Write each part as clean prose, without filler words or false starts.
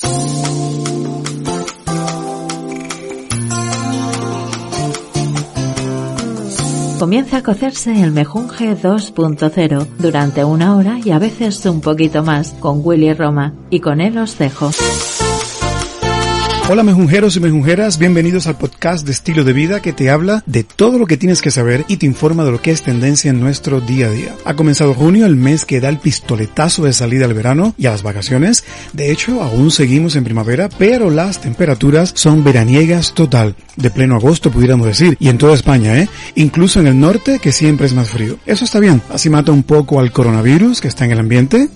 Comienza a cocerse el Mejunje 2.0 durante 1 hora y a veces un poquito más con Willy Roma, y con él os dejo. Hola mejunjeros y mejunjeras, bienvenidos al podcast de Estilo de Vida que te habla de todo lo que tienes que saber y te informa de lo que es tendencia en nuestro día a día. Ha comenzado junio, el mes que da el pistoletazo de salida al verano y a las vacaciones. De hecho, aún seguimos en primavera, pero las temperaturas son veraniegas total, de pleno agosto pudiéramos decir, y en toda España, incluso en el norte, que siempre es más frío. Eso está bien, así mata un poco al coronavirus que está en el ambiente.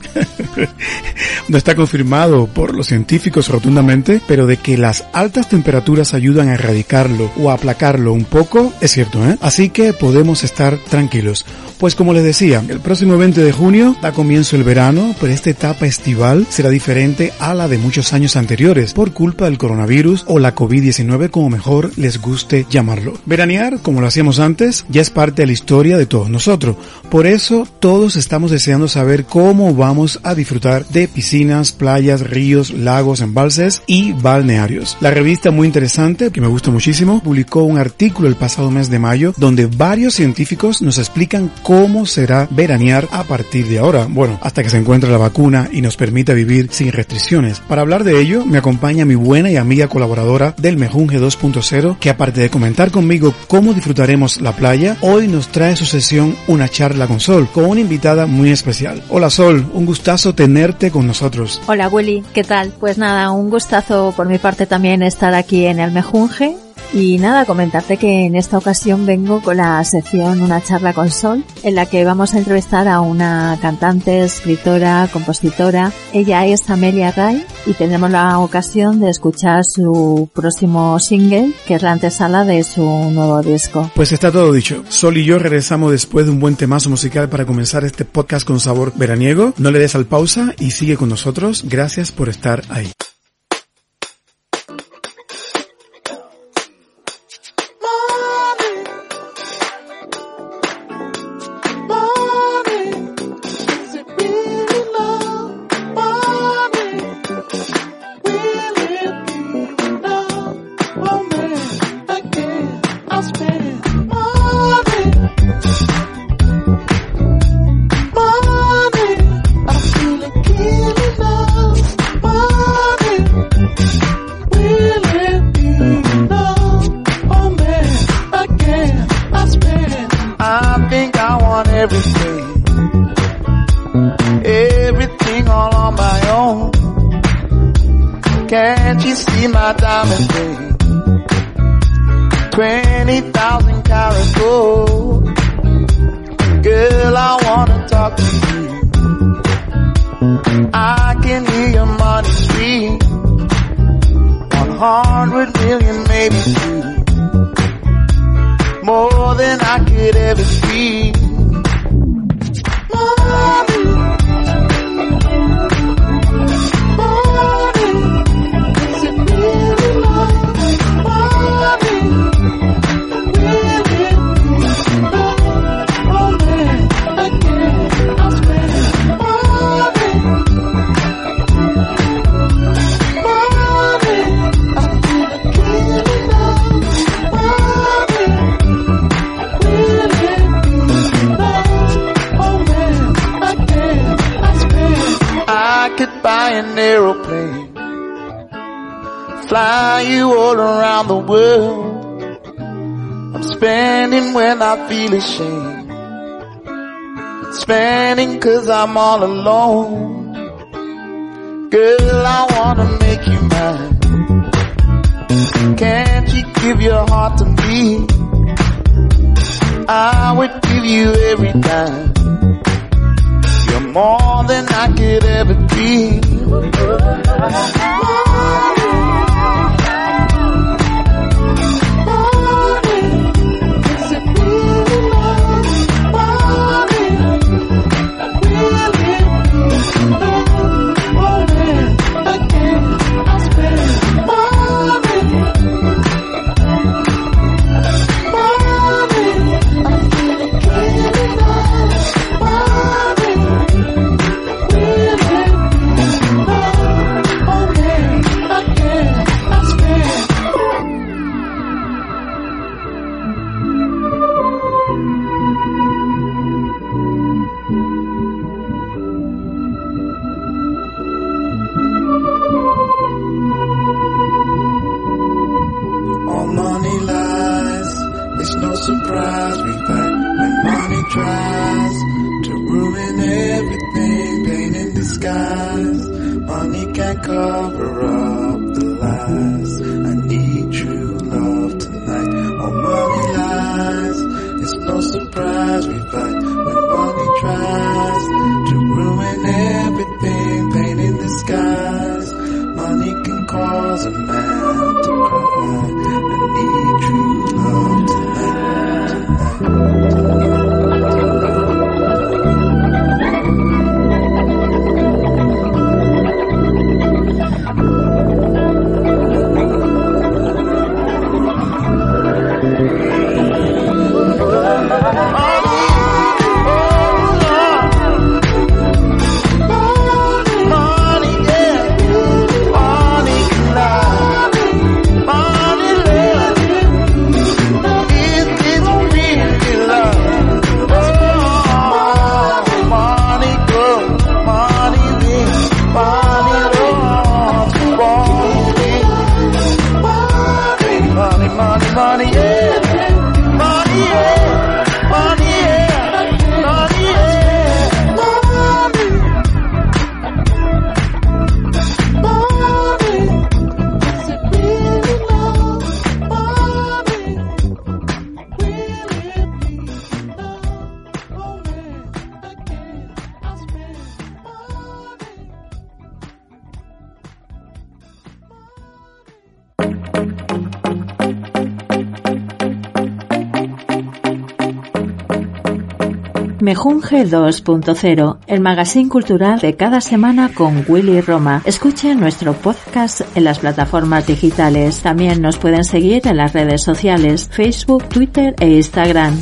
No está confirmado por los científicos rotundamente, pero de que las altas temperaturas ayudan a erradicarlo o a aplacarlo un poco, es cierto, Así que podemos estar tranquilos. Pues como les decía, el próximo 20 de junio da comienzo el verano, pero esta etapa estival será diferente a la de muchos años anteriores, por culpa del coronavirus o la COVID-19, como mejor les guste llamarlo. Veranear, como lo hacíamos antes, ya es parte de la historia de todos nosotros. Por eso, todos estamos deseando saber cómo vamos a disfrutar de piscinas, playas, ríos, lagos, embalses y balnearios. La revista Muy Interesante, que me gusta muchísimo, publicó un artículo el pasado mes de mayo donde varios científicos nos explican cómo será veranear a partir de ahora. Bueno, hasta que se encuentre la vacuna y nos permita vivir sin restricciones. Para hablar de ello, me acompaña mi buena y amiga colaboradora del Mejunje 2.0, que aparte de comentar conmigo cómo disfrutaremos la playa, hoy nos trae su sesión Una charla con Sol, con una invitada muy especial. Hola Sol, un gustazo tenerte con nosotros. Hola Willy, ¿qué tal? Pues nada, un gustazo por mi parte también estar aquí en el Mejunje. Y nada, comentarte que en esta ocasión vengo con la sección Una charla con Sol, en la que vamos a entrevistar a una cantante, escritora, compositora. Ella es Amelia Ray y tendremos la ocasión de escuchar su próximo single, que es la antesala de su nuevo disco. Pues está todo dicho. Sol y yo regresamos después de un buen temazo musical para comenzar este podcast con sabor veraniego. No le des al pausa y sigue con nosotros. Gracias por estar ahí. Everything all on my own. Can't you see my diamond ring? 20,000 karat gold. Girl, I wanna talk to you. I can hear your money scream. 100 million, maybe 2. More than I could ever dream. Buy an aeroplane, fly you all around the world. I'm spending when I feel ashamed, spending 'cause I'm all alone. Girl, I wanna make you mine. Can't you give your heart to me? I would give you every dime. You're more than I could ever dream. tries to ruin everything, pain in disguise. Money can't cover up the lies. I need true love tonight. All money lies. It's no surprise we fight when money tries to ruin everything, pain in disguise. Money can cause a man to cry. I need true love tonight. Mejunje 2.0, el magazine cultural de cada semana con Willy Roma. Escuchen nuestro podcast en las plataformas digitales. También nos pueden seguir en las redes sociales, Facebook, Twitter e Instagram.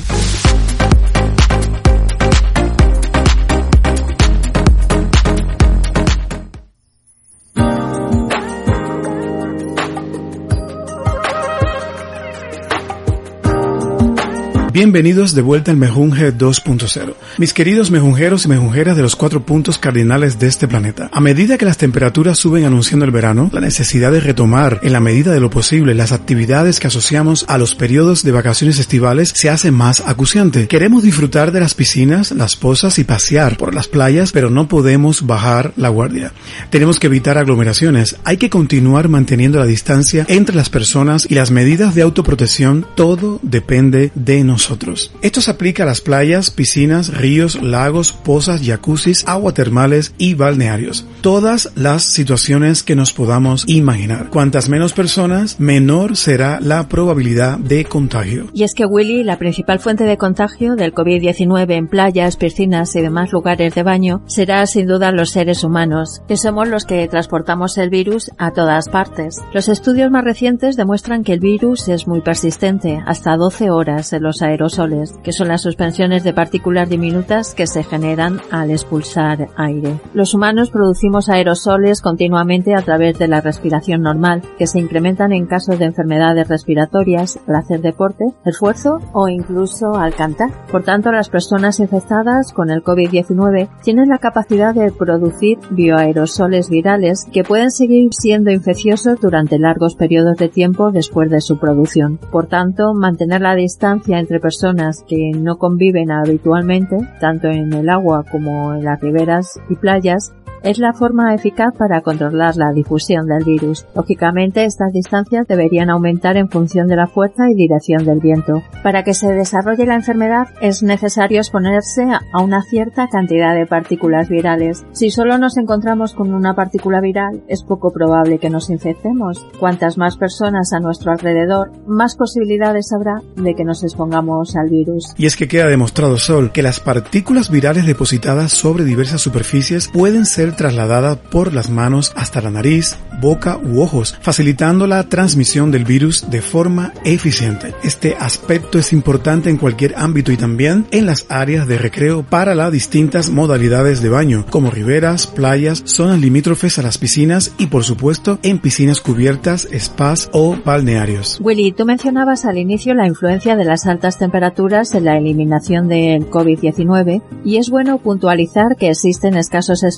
Bienvenidos de vuelta al Mejunje 2.0. Mis queridos mejunjeros y mejunjeras de los 4 puntos cardinales de este planeta. A medida que las temperaturas suben anunciando el verano, la necesidad de retomar, en la medida de lo posible, las actividades que asociamos a los periodos de vacaciones estivales se hace más acuciante. Queremos disfrutar de las piscinas, las pozas y pasear por las playas, pero no podemos bajar la guardia. Tenemos que evitar aglomeraciones. Hay que continuar manteniendo la distancia entre las personas y las medidas de autoprotección. Todo depende de nosotros. Esto se aplica a las playas, piscinas, ríos, lagos, pozas, jacuzzis, aguas termales y balnearios. Todas las situaciones que nos podamos imaginar. Cuantas menos personas, menor será la probabilidad de contagio. Y es que, Willy, la principal fuente de contagio del COVID-19 en playas, piscinas y demás lugares de baño será sin duda los seres humanos, que somos los que transportamos el virus a todas partes. Los estudios más recientes demuestran que el virus es muy persistente, hasta 12 horas en los aerosoles, que son las suspensiones de partículas diminutas que se generan al expulsar aire. Los humanos producimos aerosoles continuamente a través de la respiración normal, que se incrementan en casos de enfermedades respiratorias, al hacer deporte, esfuerzo o incluso al cantar. Por tanto, las personas infectadas con el COVID-19 tienen la capacidad de producir bioaerosoles virales que pueden seguir siendo infecciosos durante largos periodos de tiempo después de su producción. Por tanto, mantener la distancia entre personas que no conviven habitualmente, tanto en el agua como en las riberas y playas, es la forma eficaz para controlar la difusión del virus. Lógicamente, estas distancias deberían aumentar en función de la fuerza y dirección del viento. Para que se desarrolle la enfermedad es necesario exponerse a una cierta cantidad de partículas virales. Si solo nos encontramos con una partícula viral, es poco probable que nos infectemos. Cuantas más personas a nuestro alrededor, más posibilidades habrá de que nos expongamos al virus. Y es que queda demostrado, Sol, que las partículas virales depositadas sobre diversas superficies pueden ser trasladadas por las manos hasta la nariz, boca u ojos, facilitando la transmisión del virus de forma eficiente. Este aspecto es importante en cualquier ámbito y también en las áreas de recreo para las distintas modalidades de baño, como riberas, playas, zonas limítrofes a las piscinas y, por supuesto, en piscinas cubiertas, spas o balnearios. Willy, tú mencionabas al inicio la influencia de las altas temperaturas en la eliminación del COVID-19 y es bueno puntualizar que existen escasos estudios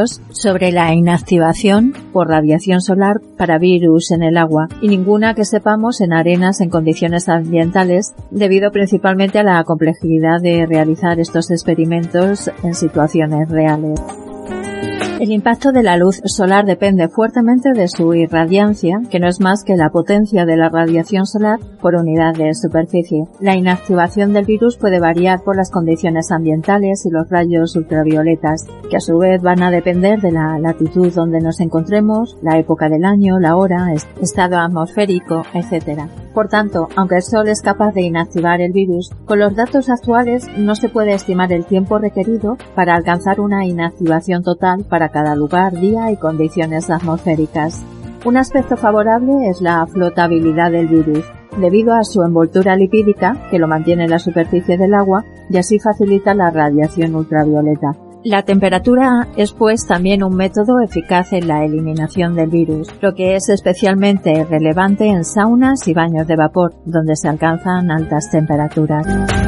estudios sobre la inactivación por radiación solar para virus en el agua y ninguna que sepamos en arenas en condiciones ambientales, debido principalmente a la complejidad de realizar estos experimentos en situaciones reales. El impacto de la luz solar depende fuertemente de su irradiancia, que no es más que la potencia de la radiación solar por unidad de superficie. La inactivación del virus puede variar por las condiciones ambientales y los rayos ultravioletas, que a su vez van a depender de la latitud donde nos encontremos, la época del año, la hora, estado atmosférico, etc. Por tanto, aunque el Sol es capaz de inactivar el virus, con los datos actuales no se puede estimar el tiempo requerido para alcanzar una inactivación total para cada lugar, día y condiciones atmosféricas. Un aspecto favorable es la flotabilidad del virus, debido a su envoltura lipídica, que lo mantiene en la superficie del agua y así facilita la radiación ultravioleta. La temperatura es pues también un método eficaz en la eliminación del virus, lo que es especialmente relevante en saunas y baños de vapor, donde se alcanzan altas temperaturas.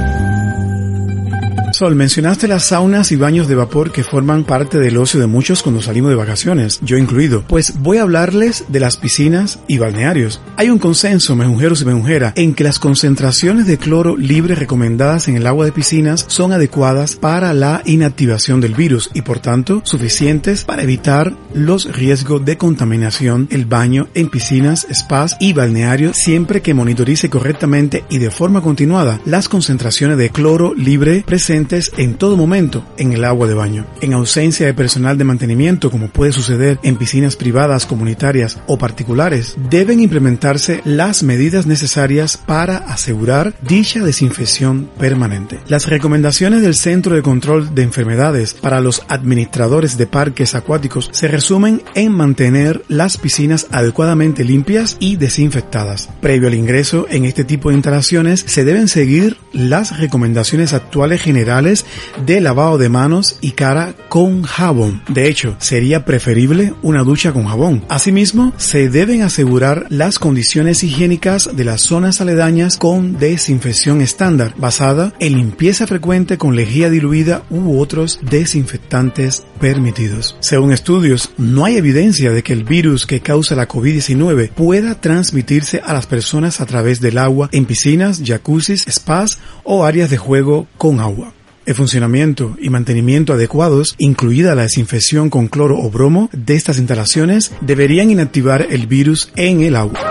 Sol, mencionaste las saunas y baños de vapor que forman parte del ocio de muchos cuando salimos de vacaciones, yo incluido. Pues voy a hablarles de las piscinas y balnearios. Hay un consenso, mejunjeros y mejunjeras, en que las concentraciones de cloro libre recomendadas en el agua de piscinas son adecuadas para la inactivación del virus y por tanto suficientes para evitar los riesgos de contaminación. El baño en piscinas, spas y balnearios siempre que monitorice correctamente y de forma continuada las concentraciones de cloro libre presentes en todo momento en el agua de baño. En ausencia de personal de mantenimiento, como puede suceder en piscinas privadas, comunitarias o particulares, deben implementarse las medidas necesarias para asegurar dicha desinfección permanente. Las recomendaciones del Centro de Control de Enfermedades para los administradores de parques acuáticos se resumen en mantener las piscinas adecuadamente limpias y desinfectadas. Previo al ingreso en este tipo de instalaciones, se deben seguir las recomendaciones actuales generales de lavado de manos y cara con jabón. De hecho, sería preferible una ducha con jabón. Asimismo, se deben asegurar las condiciones higiénicas de las zonas aledañas con desinfección estándar, basada en limpieza frecuente con lejía diluida u otros desinfectantes permitidos. Según estudios, no hay evidencia de que el virus que causa la COVID-19 pueda transmitirse a las personas a través del agua en piscinas, jacuzzis, spas o áreas de juego con agua. El funcionamiento y mantenimiento adecuados, incluida la desinfección con cloro o bromo de estas instalaciones, deberían inactivar el virus en el agua.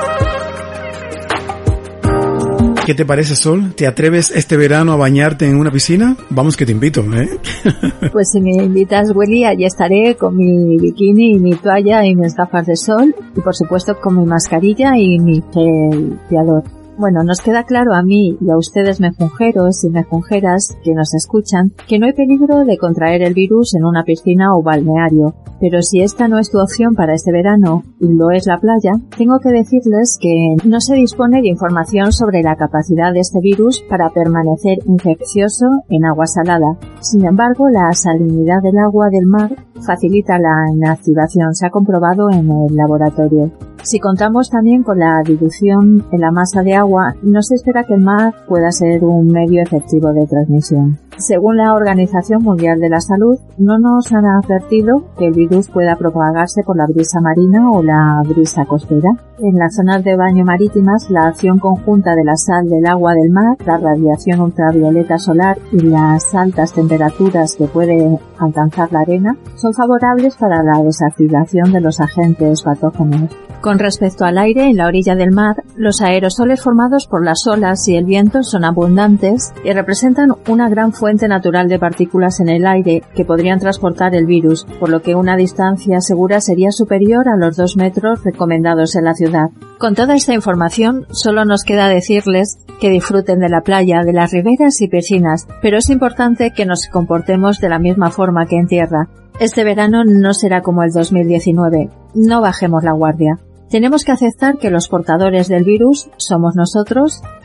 ¿Qué te parece, Sol? ¿Te atreves este verano a bañarte en una piscina? Vamos que te invito, ¿eh? Pues si me invitas, Willy, allí estaré con mi bikini y mi toalla y mis gafas de sol y por supuesto con mi mascarilla y mi gel limpiador. Bueno, nos queda claro a mí y a ustedes mejunjeros y mejunjeras que nos escuchan que no hay peligro de contraer el virus en una piscina o balneario, pero si esta no es tu opción para este verano y lo es la playa, tengo que decirles que no se dispone de información sobre la capacidad de este virus para permanecer infeccioso en agua salada. Sin embargo, la salinidad del agua del mar facilita la inactivación, se ha comprobado en el laboratorio. Si contamos también con la dilución en la masa de agua, no se espera que el mar pueda ser un medio efectivo de transmisión. Según la Organización Mundial de la Salud, no nos han advertido que el virus pueda propagarse por la brisa marina o la brisa costera. En las zonas de baño marítimas, la acción conjunta de la sal del agua del mar, la radiación ultravioleta solar y las altas temperaturas que puede alcanzar la arena son favorables para la desactivación de los agentes patógenos. Con respecto al aire, en la orilla del mar, los aerosoles formados por las olas y el viento son abundantes y representan una gran fuente natural de partículas en el aire que podrían transportar el virus, por lo que una distancia segura sería superior a los 2 metros recomendados en la ciudad. Con toda esta información, solo nos queda decirles que disfruten de la playa, de las riberas y piscinas, pero es importante que nos comportemos de la misma forma que en tierra. Este verano no será como el 2019. No bajemos la guardia. Tenemos que aceptar que los portadores del virus somos nosotros,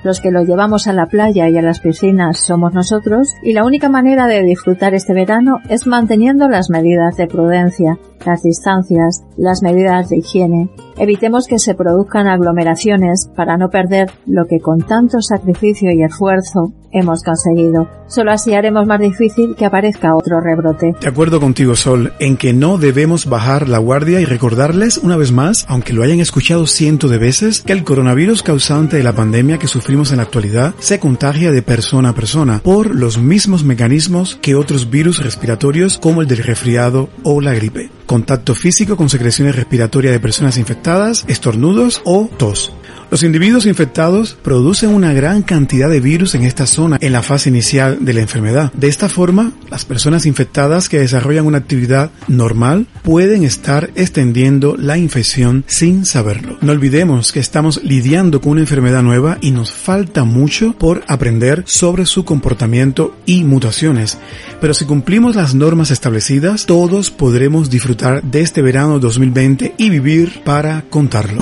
Los que lo llevamos a la playa y a las piscinas somos nosotros, y la única manera de disfrutar este verano es manteniendo las medidas de prudencia, las distancias, las medidas de higiene. Evitemos que se produzcan aglomeraciones para no perder lo que con tanto sacrificio y esfuerzo hemos conseguido. Solo así haremos más difícil que aparezca otro rebrote. De acuerdo contigo, Sol, en que no debemos bajar la guardia y recordarles una vez más, aunque lo hayan escuchado cientos de veces, que el coronavirus causante de la pandemia que sufrimos en la actualidad se contagia de persona a persona por los mismos mecanismos que otros virus respiratorios como el del resfriado o la gripe. Contacto físico con secreciones respiratorias de personas infectadas, estornudos o tos. Los individuos infectados producen una gran cantidad de virus en esta zona en la fase inicial de la enfermedad. De esta forma, las personas infectadas que desarrollan una actividad normal pueden estar extendiendo la infección sin saberlo. No olvidemos que estamos lidiando con una enfermedad nueva y nos falta mucho por aprender sobre su comportamiento y mutaciones. Pero si cumplimos las normas establecidas, todos podremos disfrutar de este verano 2020 y vivir para contarlo.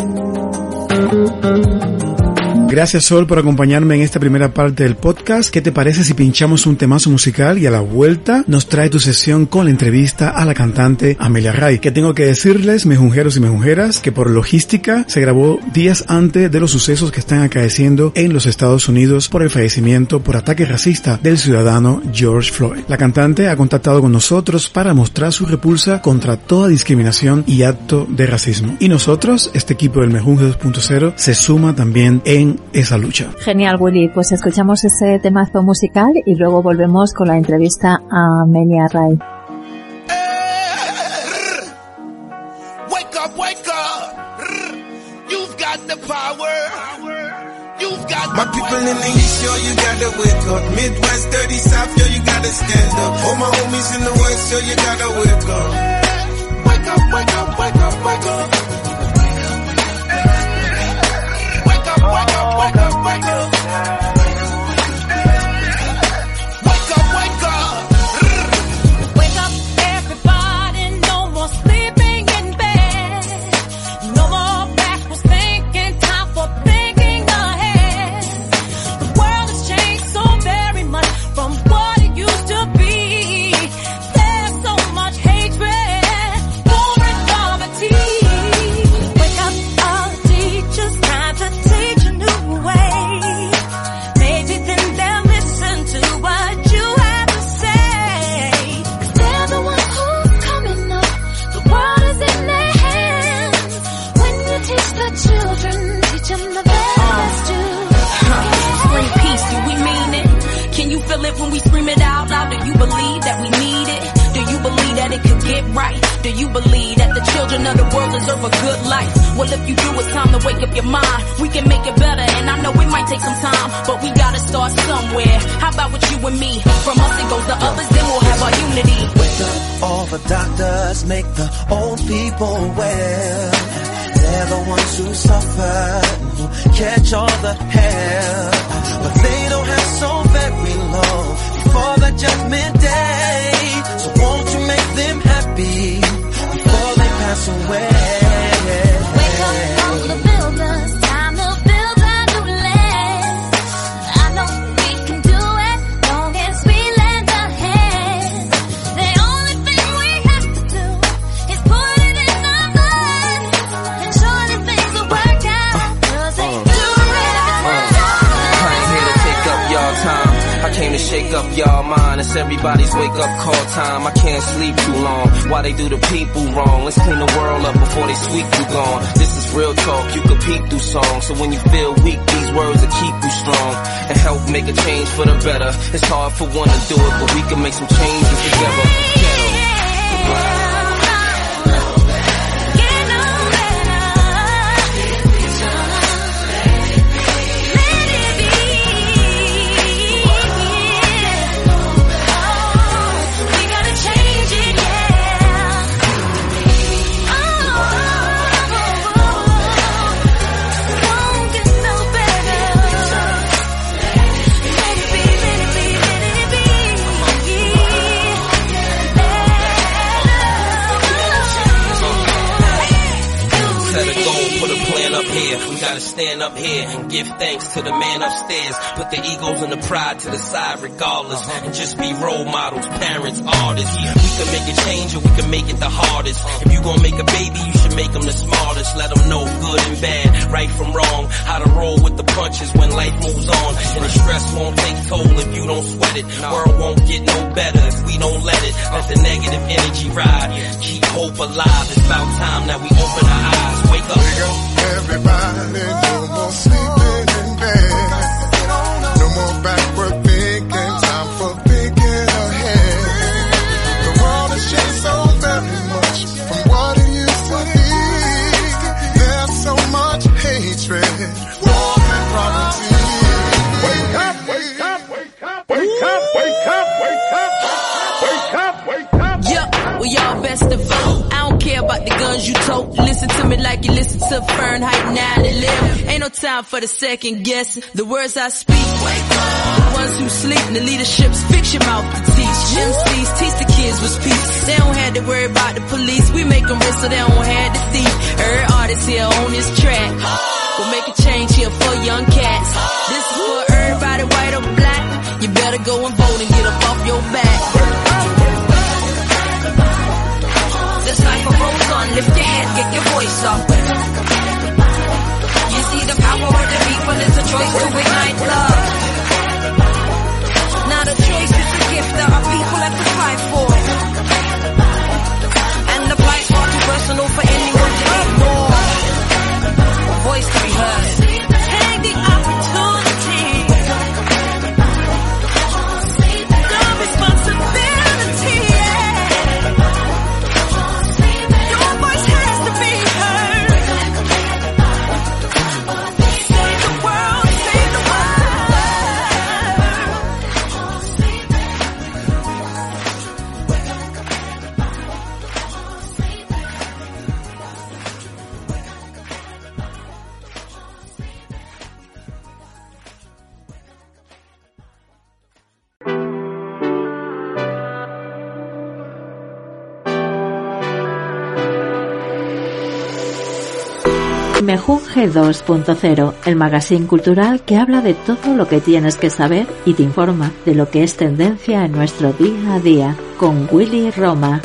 Gracias, Sol, por acompañarme en esta primera parte del podcast. ¿Qué te parece si pinchamos un temazo musical y a la vuelta nos trae tu sesión con la entrevista a la cantante Amelia Ray? Que tengo que decirles, mejunjeros y mejunjeras, que por logística se grabó días antes de los sucesos que están acaeciendo en los Estados Unidos por el fallecimiento por ataque racista del ciudadano George Floyd. La cantante ha contactado con nosotros para mostrar su repulsa contra toda discriminación y acto de racismo. Y nosotros, este equipo del Mejunje 2.0, se suma también en esa lucha. Genial, Willy. Pues escuchamos ese temazo musical y luego volvemos con la entrevista a Amelia Ray. Wake up, wake up. You've got the power. You've got my people in the east, yo, you gotta wake up. Midwest, dirty South, yo, you gotta stand up. All my homies in the west, yo, you gotta wake up. Wake up, wake up, wake up, wake up. Wake up, wake up. Wake up, wake up. Wake up, everybody, no more sleeping in bed. No more backwards thinking, time for thinking ahead. The world has changed so very much from what it used to be. There's so much hatred, war and poverty. Wake up, all the teachers, time to teach a new way. Maybe then they'll listen to what you have to say. 'Cause they're the ones who's coming up. The world is in their hands. When you teach the children, teach them the best to. Bring peace, do we mean it? Can you feel it when we scream it out loud? Do you believe that we need it? Do you believe that it could get right? Do you believe that the children of the world deserve a good life? Well, if you do, it's time to wake up your mind. We can make it better, and I know it might take some time, but we gotta start somewhere. How about with you and me? From us it goes to others, then we'll have our unity. Wake up, all the doctors make the old people well. They're the ones who suffer, who catch all the hell. But they don't have so very long before the judgment day. So won't you make them happy before they pass away? Wake up, all the builders, time to build a new land. I know we can do it, long as we lend a hand. The only thing we have to do is put it in our blood, and surely things will work out, 'cause they do it. I ain't here to take up y'all time. I came to shake up y'all mind. It's everybody's wake up call time. I can't sleep too long. Why they do the people wrong? Let's clean the world up before they sweep you gone. This is real talk, you can peek through songs. So when you feel weak, these words will keep you strong and help make a change for the better. It's hard for one to do it, but we can make some changes together. up here. We gotta stand up here and give thanks to the man upstairs. Put the egos and the pride to the side regardless, and just be role models, parents, artists. We can make a change or we can make it the hardest. If you gon' make a baby, you should make them the smartest. Let them know good and bad, right from wrong, how to roll with the punches when life moves on. And the stress won't take toll if you don't sweat it. World won't get no better if we don't let it. Let the negative energy ride. Keep hope alive. It's about time that we open our eyes. Wake up. Everybody, no more sleeping in bed. No more backward thinking. Time for thinking ahead. The world has changed so very much from what it used to be. There's so much hatred, war and poverty. Wake up, wake up, wake up, wake up, wake up, wake up, wake up, wake up. Yeah, well y'all best to vote. I don't care about the guns you tote. Listen to me like you listen to Fahrenheit 9/11. Ain't no time for the second guessing. The words I speak, wake up. The ones who sleep, the leadership's fix your mouth to teach. MCs teach the kids with peace. They don't have to worry about the police. We make them rich so they don't have to thief. Every artist here on this track. We'll make a change here for young cats. This is for everybody, white or black. You better go and vote and get up off your back. The cycle rolls on, lift your head, get your voice up. You see the power of the people, it's a choice to ignite love. Now the choice is a gift that our people have to fight for. And the fight's far too personal for anyone to ignore. A voice to be heard. Take the opportunity. The responsibility, Your voice has to be heard. Save the world, save the Mejunje 2.0, el magazine cultural que habla de todo lo que tienes que saber y te informa de lo que es tendencia en nuestro día a día, con Willy Roma.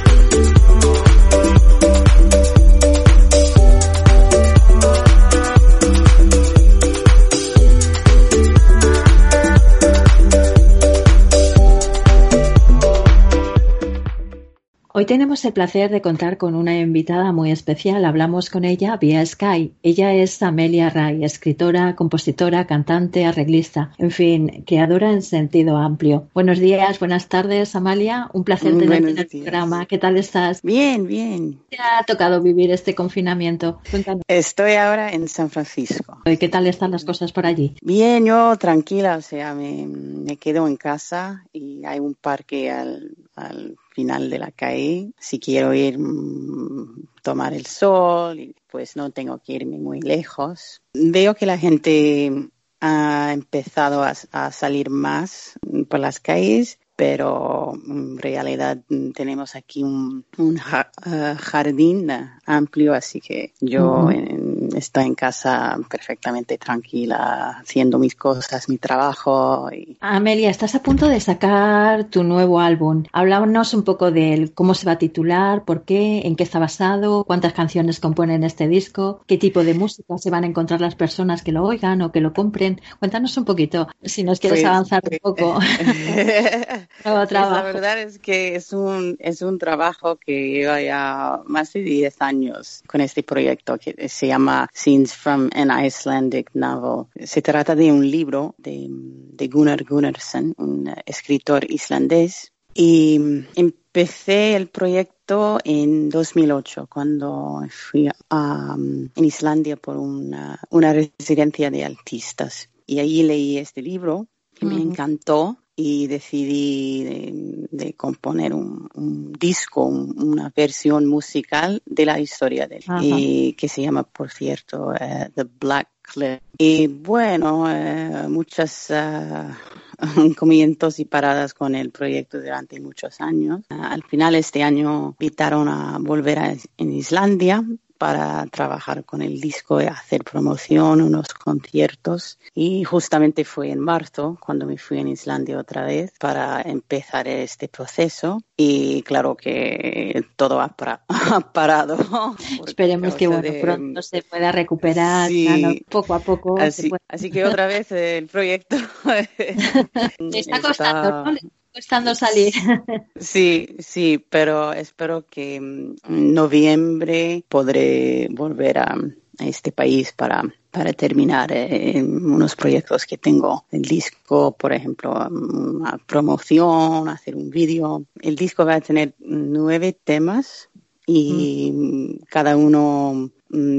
Hoy tenemos el placer de contar con una invitada muy especial. Hablamos con ella vía Skype. Ella es Amelia Ray, escritora, compositora, cantante, arreglista, en fin, creadora en sentido amplio. Buenos días, buenas tardes, Amalia. Un placer tenerte en el programa. ¿Qué tal estás? Bien, bien. ¿Te ha tocado vivir este confinamiento? Cuéntanos. Estoy ahora en San Francisco. ¿Qué tal están las cosas por allí? Bien, yo tranquila, o sea, me quedo en casa y hay un parque al final de la calle. Si quiero ir tomar el sol, pues no tengo que irme muy lejos. Veo que la gente ha empezado a salir más por las calles, pero en realidad tenemos aquí un jardín amplio, así que yo estoy en casa perfectamente tranquila, haciendo mis cosas, mi trabajo. Amelia, estás a punto de sacar tu nuevo álbum. Háblanos un poco de él, cómo se va a titular, por qué, en qué está basado, cuántas canciones componen este disco, qué tipo de música se van a encontrar las personas que lo oigan o que lo compren. Cuéntanos un poquito, si nos quieres avanzar un poco. La verdad es que es un trabajo que lleva ya más de 10 años con este proyecto que se llama Scenes from an Icelandic Novel. Se trata de un libro de Gunnar Gunnarsson, un escritor islandés, y empecé el proyecto en 2008 cuando fui en Islandia por una residencia de artistas, y allí leí este libro que me encantó. Y decidí de componer un disco, una versión musical de la historia de él, y que se llama, por cierto, The Black Cliff. Y bueno, muchos comienzos y paradas con el proyecto durante muchos años. Al final este año invitaron a volver en Islandia, para trabajar con el disco, hacer promoción, unos conciertos. Y justamente fue en marzo cuando me fui en Islandia otra vez para empezar este proceso. Y claro que todo ha parado. Esperemos que pronto se pueda recuperar, sí, claro, poco a poco. Así que otra vez el proyecto está costando, ¿no? Costando salir. Sí, pero espero que en noviembre podré volver a este país para terminar unos proyectos que tengo. El disco, por ejemplo, una promoción, hacer un vídeo. El disco va a tener 9 temas y cada uno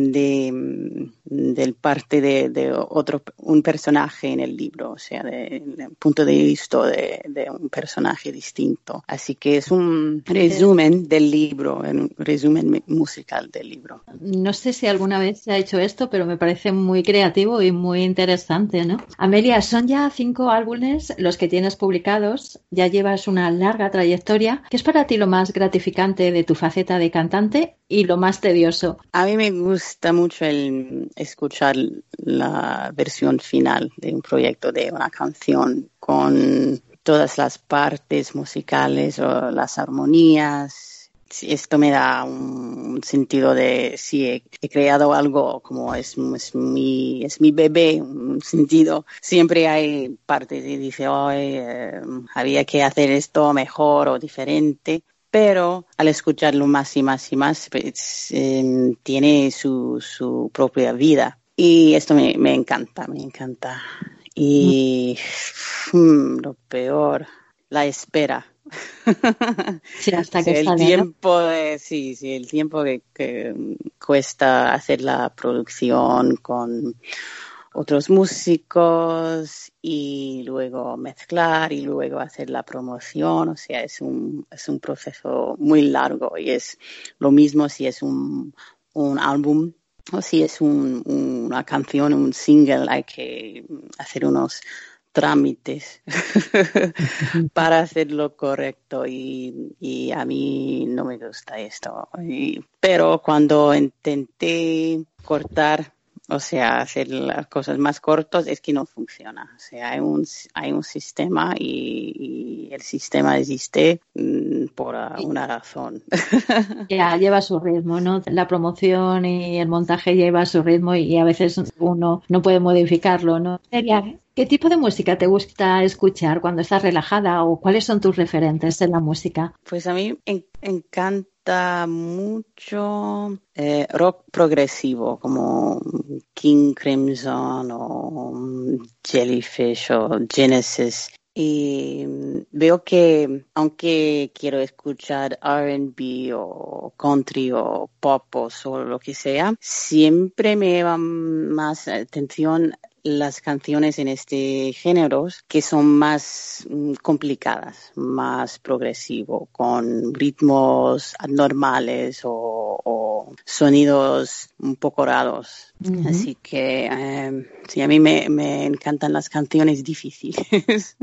del parte de otro, un personaje en el libro, o sea, del punto de vista de un personaje distinto. Así que es un resumen del libro, un resumen musical del libro. No sé si alguna vez se ha hecho esto, pero me parece muy creativo y muy interesante, ¿no? Amelia, son ya 5 álbumes los que tienes publicados, ya llevas una larga trayectoria. ¿Qué es para ti lo más gratificante de tu faceta de cantante y lo más tedioso? A mí me gusta mucho el escuchar la versión final de un proyecto, de una canción, con todas las partes musicales o las armonías. Esto me da un sentido de si he creado algo como es mi bebé, un sentido. Siempre hay partes que dice había que hacer esto mejor o diferente. Pero al escucharlo más y más y más, pues, tiene su propia vida. Y esto me encanta. Y lo peor, la espera. Sí, hasta que el sale, tiempo, ¿no? El tiempo que cuesta hacer la producción con otros músicos y luego mezclar y luego hacer la promoción, o sea, es un proceso muy largo y es lo mismo si es un álbum o si es una canción, un single, hay que hacer unos trámites para hacerlo correcto y a mí no me gusta esto. Pero cuando intenté cortar, o sea, hacer las cosas más cortas, es que no funciona. O sea, hay un sistema y el sistema existe por una razón. Ya lleva su ritmo, ¿no? La promoción y el montaje lleva su ritmo y a veces uno no puede modificarlo, ¿no? ¿Qué tipo de música te gusta escuchar cuando estás relajada o cuáles son tus referentes en la música? Pues a mí me encanta mucho rock progresivo como King Crimson o Jellyfish o Genesis. Y veo que aunque quiero escuchar R&B o country o pop o lo que sea, siempre me llama más atención las canciones en este género que son más complicadas, más progresivo, con ritmos anormales o sonidos un poco raros. Uh-huh. Así que sí, a mí me encantan las canciones difíciles.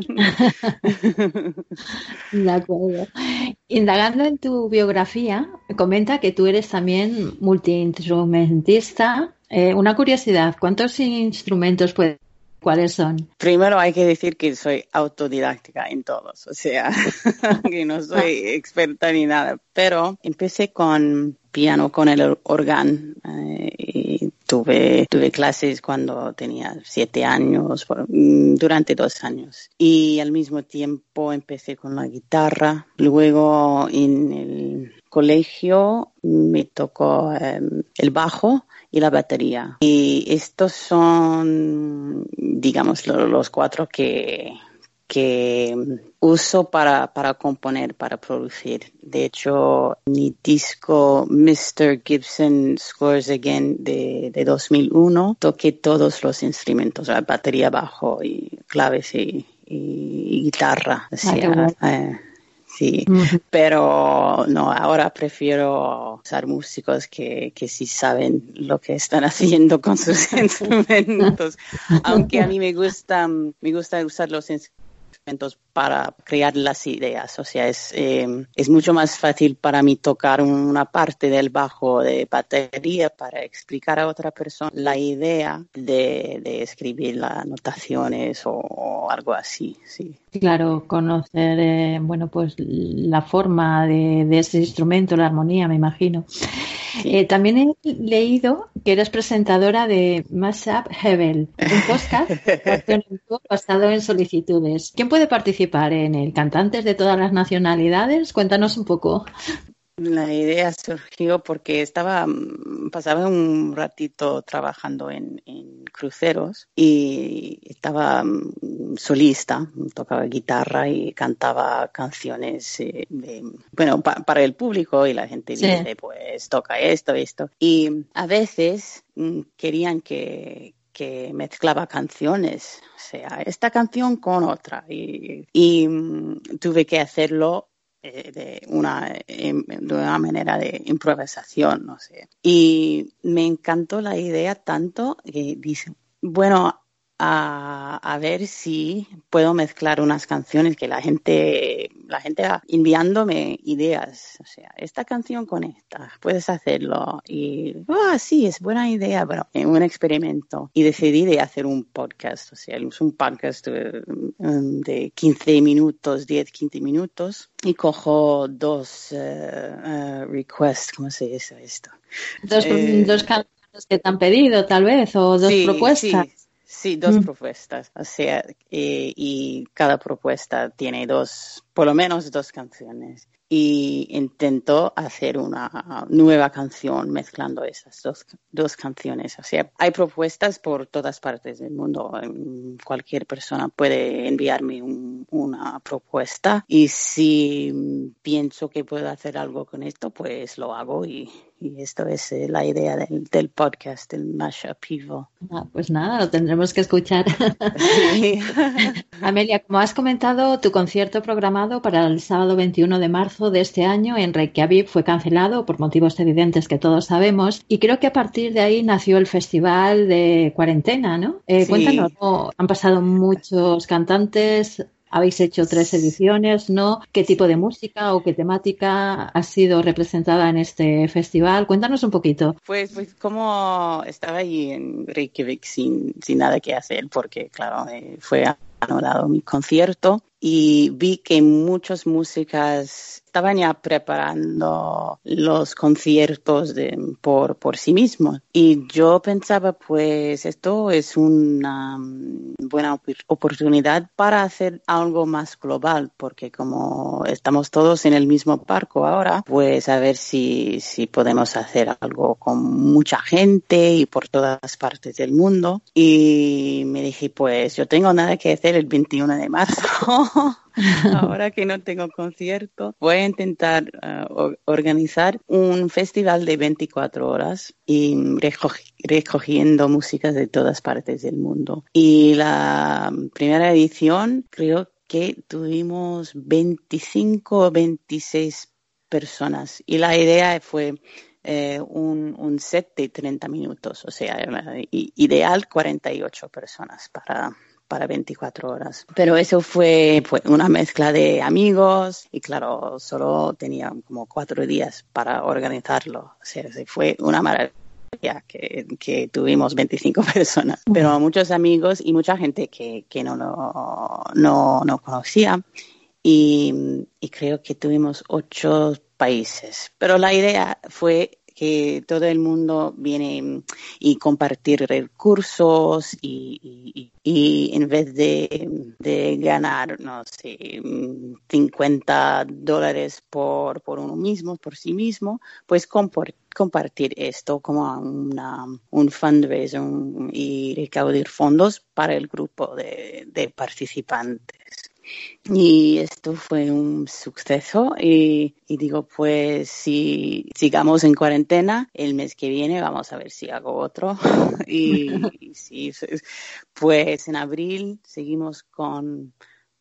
De acuerdo. Indagando en tu biografía, comenta que tú eres también multiinstrumentista. Una curiosidad, ¿cuántos instrumentos cuáles son? Primero hay que decir que soy autodidáctica en todos, o sea, que no soy experta ni nada, pero empecé con piano, con el órgano, y tuve clases cuando tenía 7 años, durante 2 años, y al mismo tiempo empecé con la guitarra. Luego en el colegio me tocó el bajo y la batería. Y estos son, digamos, los 4 que uso para componer, para producir. De hecho, mi disco Mr. Gibson Scores Again de 2001, toqué todos los instrumentos, la batería, bajo y claves y guitarra. Sí, pero no, ahora prefiero usar músicos que sí saben lo que están haciendo con sus instrumentos, aunque a mí me gusta usar los instrumentos para crear las ideas. O sea, es mucho más fácil para mí tocar una parte del bajo de batería para explicar a otra persona la idea de escribir las notaciones o algo así, sí. Claro, conocer, pues la forma de ese instrumento, la armonía, me imagino. Sí. También he leído que eres presentadora de Mashup Hebel, un podcast basado en solicitudes. ¿Quién puede participar en él? ¿Cantantes de todas las nacionalidades? Cuéntanos un poco. La idea surgió porque pasaba un ratito trabajando en cruceros y estaba solista, tocaba guitarra y cantaba canciones para el público, y la gente dice, pues toca esto. Y a veces querían que mezclaba canciones, o sea, esta canción con otra, y tuve que hacerlo de una manera de improvisación, no sé. Y me encantó la idea tanto que dice, bueno, a ver si puedo mezclar unas canciones que la gente va enviándome ideas. O sea, esta canción con esta, puedes hacerlo. Y, sí, es buena idea, pero es un experimento. Y decidí de hacer un podcast. O sea, es un podcast de 15 minutos, 10-15 minutos. Y cojo dos requests, ¿cómo se dice esto? Dos canciones que te han pedido, tal vez, o dos propuestas. Sí, dos propuestas. O sea, y cada propuesta tiene por lo menos dos canciones. Y intento hacer una nueva canción mezclando esas dos canciones. O sea, hay propuestas por todas partes del mundo. Cualquier persona puede enviarme una propuesta, y si pienso que puedo hacer algo con esto, pues lo hago, y esto es la idea del podcast, del Mashup Evil. Pues nada, lo tendremos que escuchar. Sí. Amelia, como has comentado, tu concierto programado para el sábado 21 de marzo de este año en Reykjavik fue cancelado por motivos evidentes que todos sabemos, y creo que a partir de ahí nació el festival de cuarentena, ¿no? Sí. Cuéntanos, ¿no? Han pasado muchos cantantes. Habéis hecho 3 ediciones, ¿no? ¿Qué tipo de música o qué temática ha sido representada en este festival? Cuéntanos un poquito. Pues como estaba allí en Reykjavik sin nada que hacer, porque claro, fue anulado mi concierto, y vi que muchas músicas estaban ya preparando los conciertos por sí mismos. Y yo pensaba, pues esto es una buena oportunidad para hacer algo más global, porque como estamos todos en el mismo barco ahora, pues a ver si podemos hacer algo con mucha gente y por todas partes del mundo. Y me dije, pues yo tengo nada que hacer el 21 de marzo. Ahora que no tengo concierto, voy a intentar organizar un festival de 24 horas y recogiendo músicas de todas partes del mundo. Y la primera edición creo que tuvimos 25 o 26 personas, y la idea fue un set de 30 minutos, o sea, ideal 48 personas para 24 horas. Pero eso fue una mezcla de amigos, y claro, solo tenía como 4 días para organizarlo. O sea, fue una maravilla que tuvimos 25 personas, pero muchos amigos y mucha gente que no conocía, y creo que tuvimos 8 países. Pero la idea fue que todo el mundo viene y compartir recursos, y en vez de ganar, no sé, $50 por uno mismo, por sí mismo, pues compartir esto como un fundraiser y recaudar fondos para el grupo de participantes. Y esto fue un suceso, y digo, pues si sigamos en cuarentena, el mes que viene vamos a ver si hago otro. y sí, pues en abril seguimos con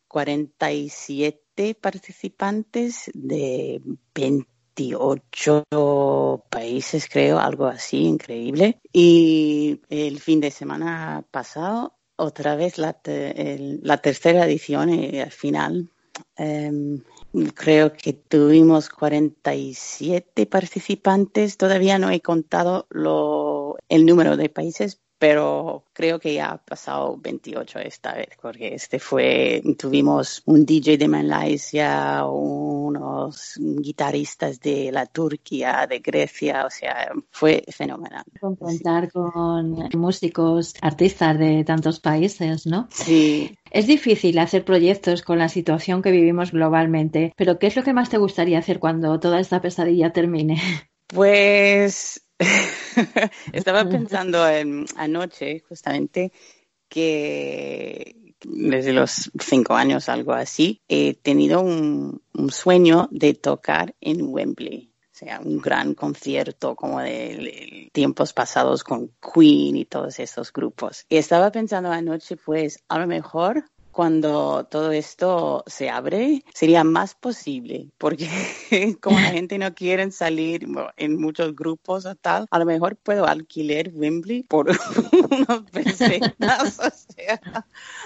47 participantes de 28 países, creo, algo así, increíble. Y el fin de semana pasado, otra vez la tercera edición, al final, creo que tuvimos 47 participantes. Todavía no he contado el número de países, pero creo que ya ha pasado 28 esta vez, porque tuvimos un DJ de Malaysia, unos guitarristas de la Turquía, de Grecia, o sea, fue fenomenal. Contar con músicos, artistas de tantos países, ¿no? Sí. Es difícil hacer proyectos con la situación que vivimos globalmente, pero ¿qué es lo que más te gustaría hacer cuando toda esta pesadilla termine? Pues estaba pensando anoche justamente que desde los 5 años, algo así, he tenido un sueño de tocar en Wembley. O sea, un gran concierto como de tiempos pasados con Queen y todos esos grupos. Y estaba pensando anoche, pues, a lo mejor cuando todo esto se abre, sería más posible, porque como la gente no quiere salir en muchos grupos o tal, a lo mejor puedo alquilar Wembley por unos pesetas, o sea.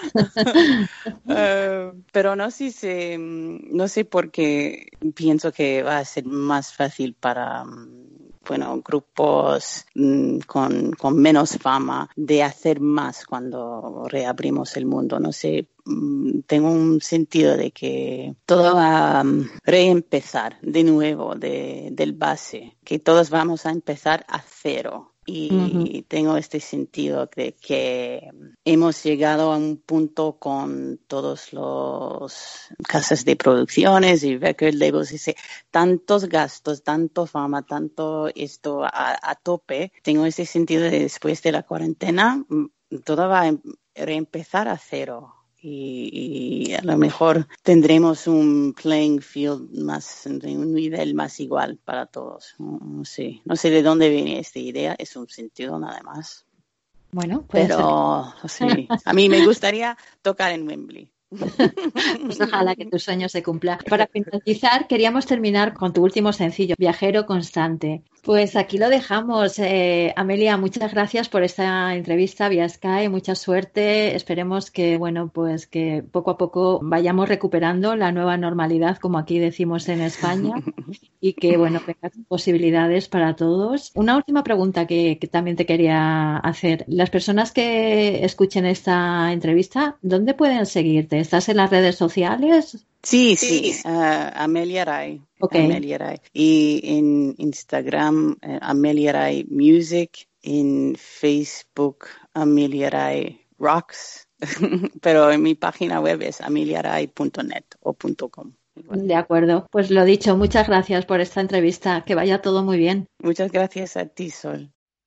Pero no sé por qué pienso que va a ser más fácil para grupos con menos fama de hacer más cuando reabrimos el mundo. No sé, tengo un sentido de que todo va a reempezar de nuevo, del base, que todos vamos a empezar a cero. Y tengo este sentido de que hemos llegado a un punto con todos los casas de producciones y record labels, tantos gastos, tanto fama, tanto esto a tope. Tengo ese sentido de después de la cuarentena, todo va a reempezar a cero. Y a lo mejor tendremos un playing field un nivel más igual para todos. No sé de dónde viene esta idea, es un sentido nada más. Bueno, pero sí, a mí me gustaría tocar en Wembley. Pues ojalá que tu sueño se cumpla. Para finalizar, queríamos terminar con tu último sencillo, Viajero Constante. Pues aquí lo dejamos. Amelia, muchas gracias por esta entrevista vía Skype, mucha suerte. Esperemos que, pues que poco a poco vayamos recuperando la nueva normalidad, como aquí decimos en España, y que, vengan posibilidades para todos. Una última pregunta que también te quería hacer. Las personas que escuchen esta entrevista, ¿dónde pueden seguirte? ¿Estás en las redes sociales? Sí. Amelia Rai. Okay. Amelia Rai. Y en Instagram, Amelia Rai Music. En Facebook, Amelia Rai Rocks. Pero en mi página web es ameliarai.net o .com. De acuerdo. Pues lo dicho, muchas gracias por esta entrevista. Que vaya todo muy bien. Muchas gracias a ti, Sol.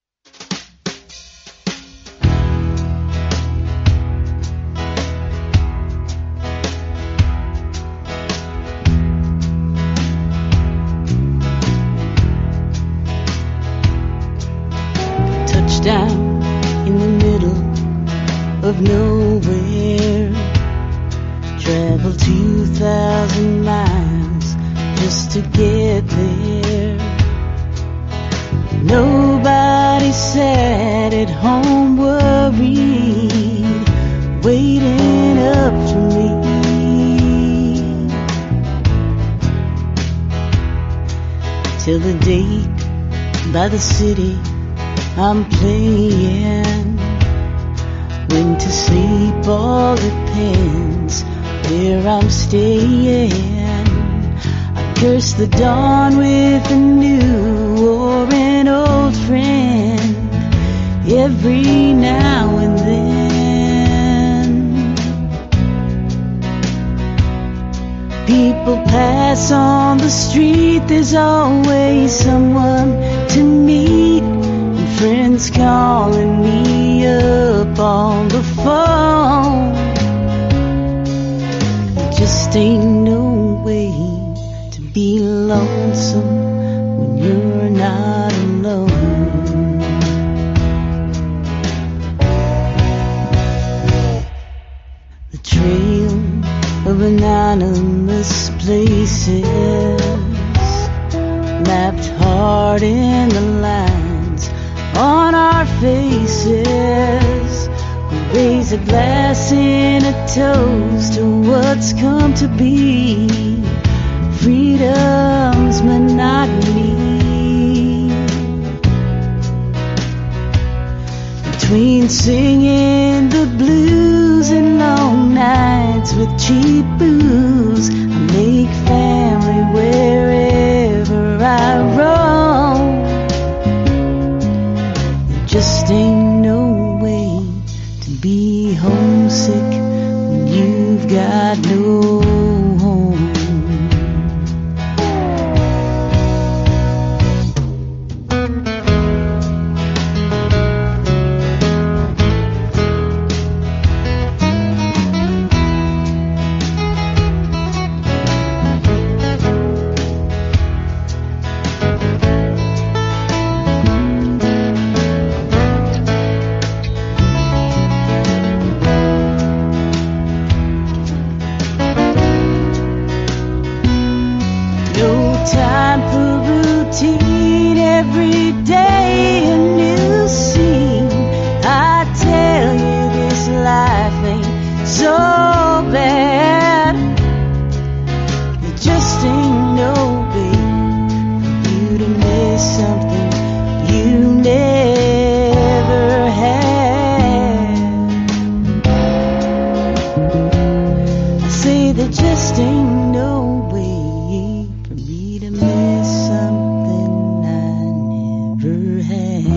Down in the middle of nowhere, travel 2,000 miles just to get there. Nobody sat at home worried, waiting up for me. Till the date by the city I'm playing, when to sleep all depends where I'm staying. I curse the dawn with a new or an old friend every now and then. People pass on the street, there's always someone to meet. Friends calling me up on the phone. There just ain't no way to be lonesome when you're not alone. The trail of anonymous places mapped hard in the line on our faces, we raise raise a glass and a toast to what's come to be. Freedom's monotony. Between singing the blues and long nights with cheap booze, I make family wherever I roam. There just ain't no way to be homesick when you've got no home. Time for routine, every day a new scene. I tell you this life ain't so bad. There just ain't no way for you to miss something you never had. I say there just ain't no way to miss something I never had.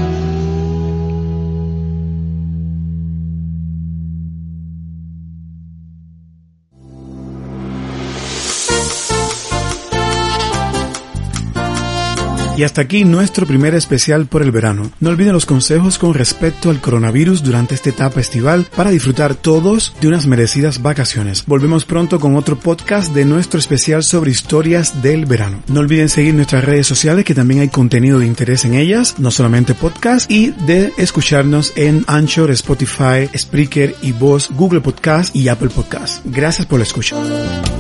Y hasta aquí nuestro primer especial por el verano. No olviden los consejos con respecto al coronavirus durante esta etapa estival para disfrutar todos de unas merecidas vacaciones. Volvemos pronto con otro podcast de nuestro especial sobre historias del verano. No olviden seguir nuestras redes sociales, que también hay contenido de interés en ellas, no solamente podcast, y de escucharnos en Anchor, Spotify, Spreaker, iVoox, Google Podcast y Apple Podcast. Gracias por la escucha.